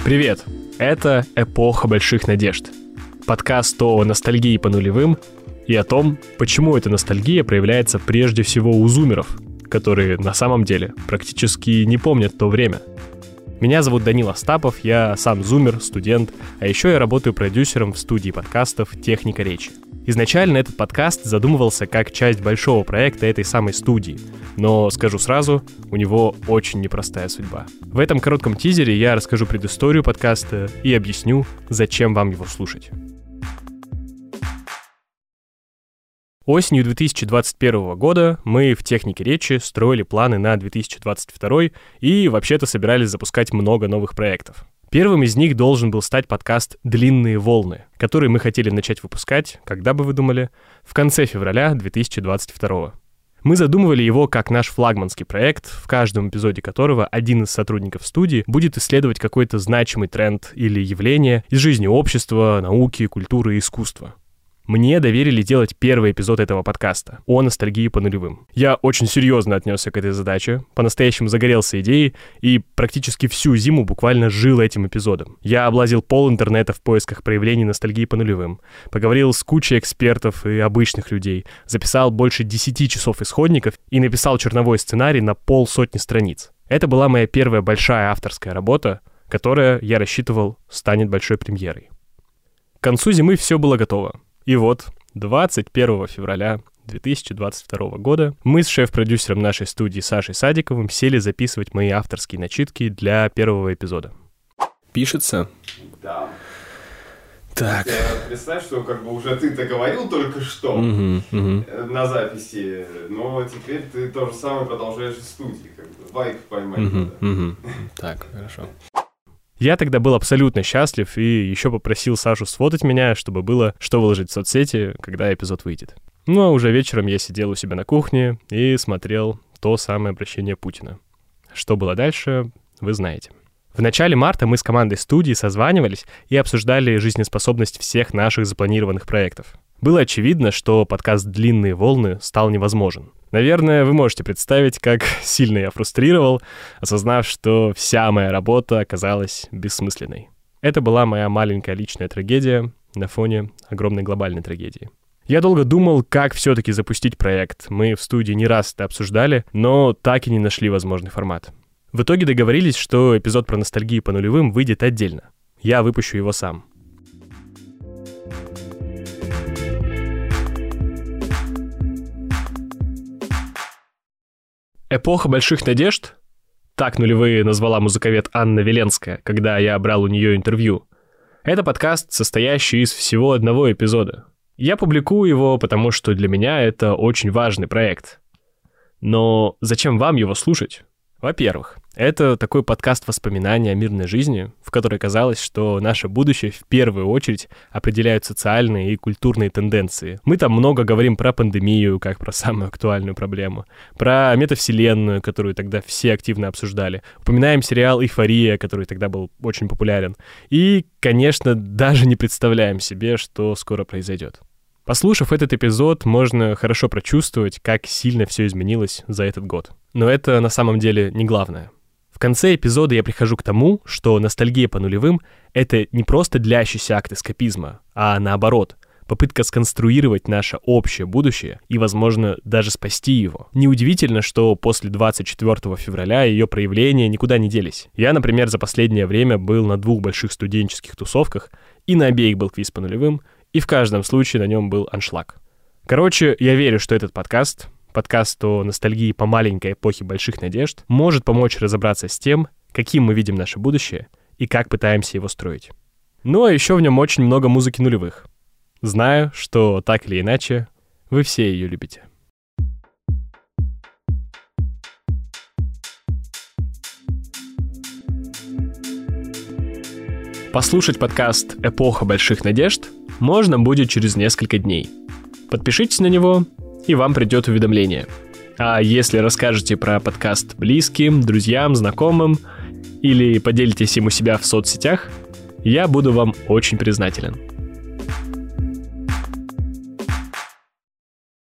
Привет! Это «Эпоха больших надежд». Подкаст о ностальгии по нулевым и о том, почему эта ностальгия проявляется прежде всего у зумеров, которые на самом деле практически не помнят то время. Меня зовут Данил Остапов, я сам зумер, студент, а еще я работаю продюсером в студии подкастов «Техника речи». Изначально этот подкаст задумывался как часть большого проекта этой самой студии, но, скажу сразу, у него очень непростая судьба. В этом коротком тизере я расскажу предысторию подкаста и объясню, зачем вам его слушать. Осенью 2021 года мы в «Технике речи» строили планы на 2022 и вообще-то собирались запускать много новых проектов. Первым из них должен был стать подкаст «Длинные волны», который мы хотели начать выпускать, когда бы вы думали, в конце февраля 2022. Мы задумывали его как наш флагманский проект, в каждом эпизоде которого один из сотрудников студии будет исследовать какой-то значимый тренд или явление из жизни общества, науки, культуры и искусства. Мне доверили делать первый эпизод этого подкаста о ностальгии по нулевым. Я очень серьезно отнесся к этой задаче, по-настоящему загорелся идеей и практически всю зиму буквально жил этим эпизодом. Я облазил пол интернета в поисках проявлений ностальгии по нулевым, поговорил с кучей экспертов и обычных людей, записал больше 10 часов исходников и написал черновой сценарий на 50 страниц. Это была моя первая большая авторская работа, которая, я рассчитывал, станет большой премьерой. К концу зимы все было готово. И вот, 21 февраля 2022 года мы с шеф-продюсером нашей студии Сашей Садиковым сели записывать мои авторские начитки для первого эпизода. Пишется? Да. Так. Представь, что как бы уже ты-то говорил только что на записи, но теперь ты то же самое продолжаешь в студии, как бы вайб поймать надо. Так, хорошо. Я тогда был абсолютно счастлив и еще попросил Сашу сфотать меня, чтобы было что выложить в соцсети, когда эпизод выйдет. Ну а уже вечером я сидел у себя на кухне и смотрел то самое обращение Путина. Что было дальше, вы знаете. В начале марта мы с командой студии созванивались и обсуждали жизнеспособность всех наших запланированных проектов. Было очевидно, что подкаст «Длинные волны» стал невозможен. Наверное, вы можете представить, как сильно я фрустрировал, осознав, что вся моя работа оказалась бессмысленной. Это была моя маленькая личная трагедия на фоне огромной глобальной трагедии. Я долго думал, как все-таки запустить проект. Мы в студии не раз это обсуждали, но так и не нашли возможный формат. В итоге договорились, что эпизод про ностальгию по нулевым выйдет отдельно. Я выпущу его сам. «Эпоха больших надежд» — так нулевые назвала музыковед Анна Веленская, когда я брал у нее интервью. Это подкаст, состоящий из всего одного эпизода. Я публикую его, потому что для меня это очень важный проект. Но зачем вам его слушать? Во-первых, это такой подкаст воспоминаний о мирной жизни, в которой казалось, что наше будущее в первую очередь определяют социальные и культурные тенденции. Мы там много говорим про пандемию, как про самую актуальную проблему, про метавселенную, которую тогда все активно обсуждали, упоминаем сериал «Эйфория», который тогда был очень популярен, и, конечно, даже не представляем себе, что скоро произойдет. Послушав этот эпизод, можно хорошо прочувствовать, как сильно все изменилось за этот год. Но это на самом деле не главное. В конце эпизода я прихожу к тому, что ностальгия по нулевым — это не просто длящийся акт эскапизма, а наоборот, попытка сконструировать наше общее будущее и, возможно, даже спасти его. Неудивительно, что после 24 февраля ее проявления никуда не делись. Я, например, за последнее время был на 2 больших студенческих тусовках, и на обеих был квиз по нулевым, и в каждом случае на нем был аншлаг. Короче, я верю, что этот подкаст о ностальгии по маленькой эпохе больших надежд, может помочь разобраться с тем, каким мы видим наше будущее и как пытаемся его строить. Ну а еще в нем очень много музыки нулевых. Знаю, что так или иначе вы все ее любите. Послушать подкаст «Эпоха больших надежд» можно будет через несколько дней. Подпишитесь на него, и вам придет уведомление. А если расскажете про подкаст близким, друзьям, знакомым или поделитесь им у себя в соцсетях, я буду вам очень признателен.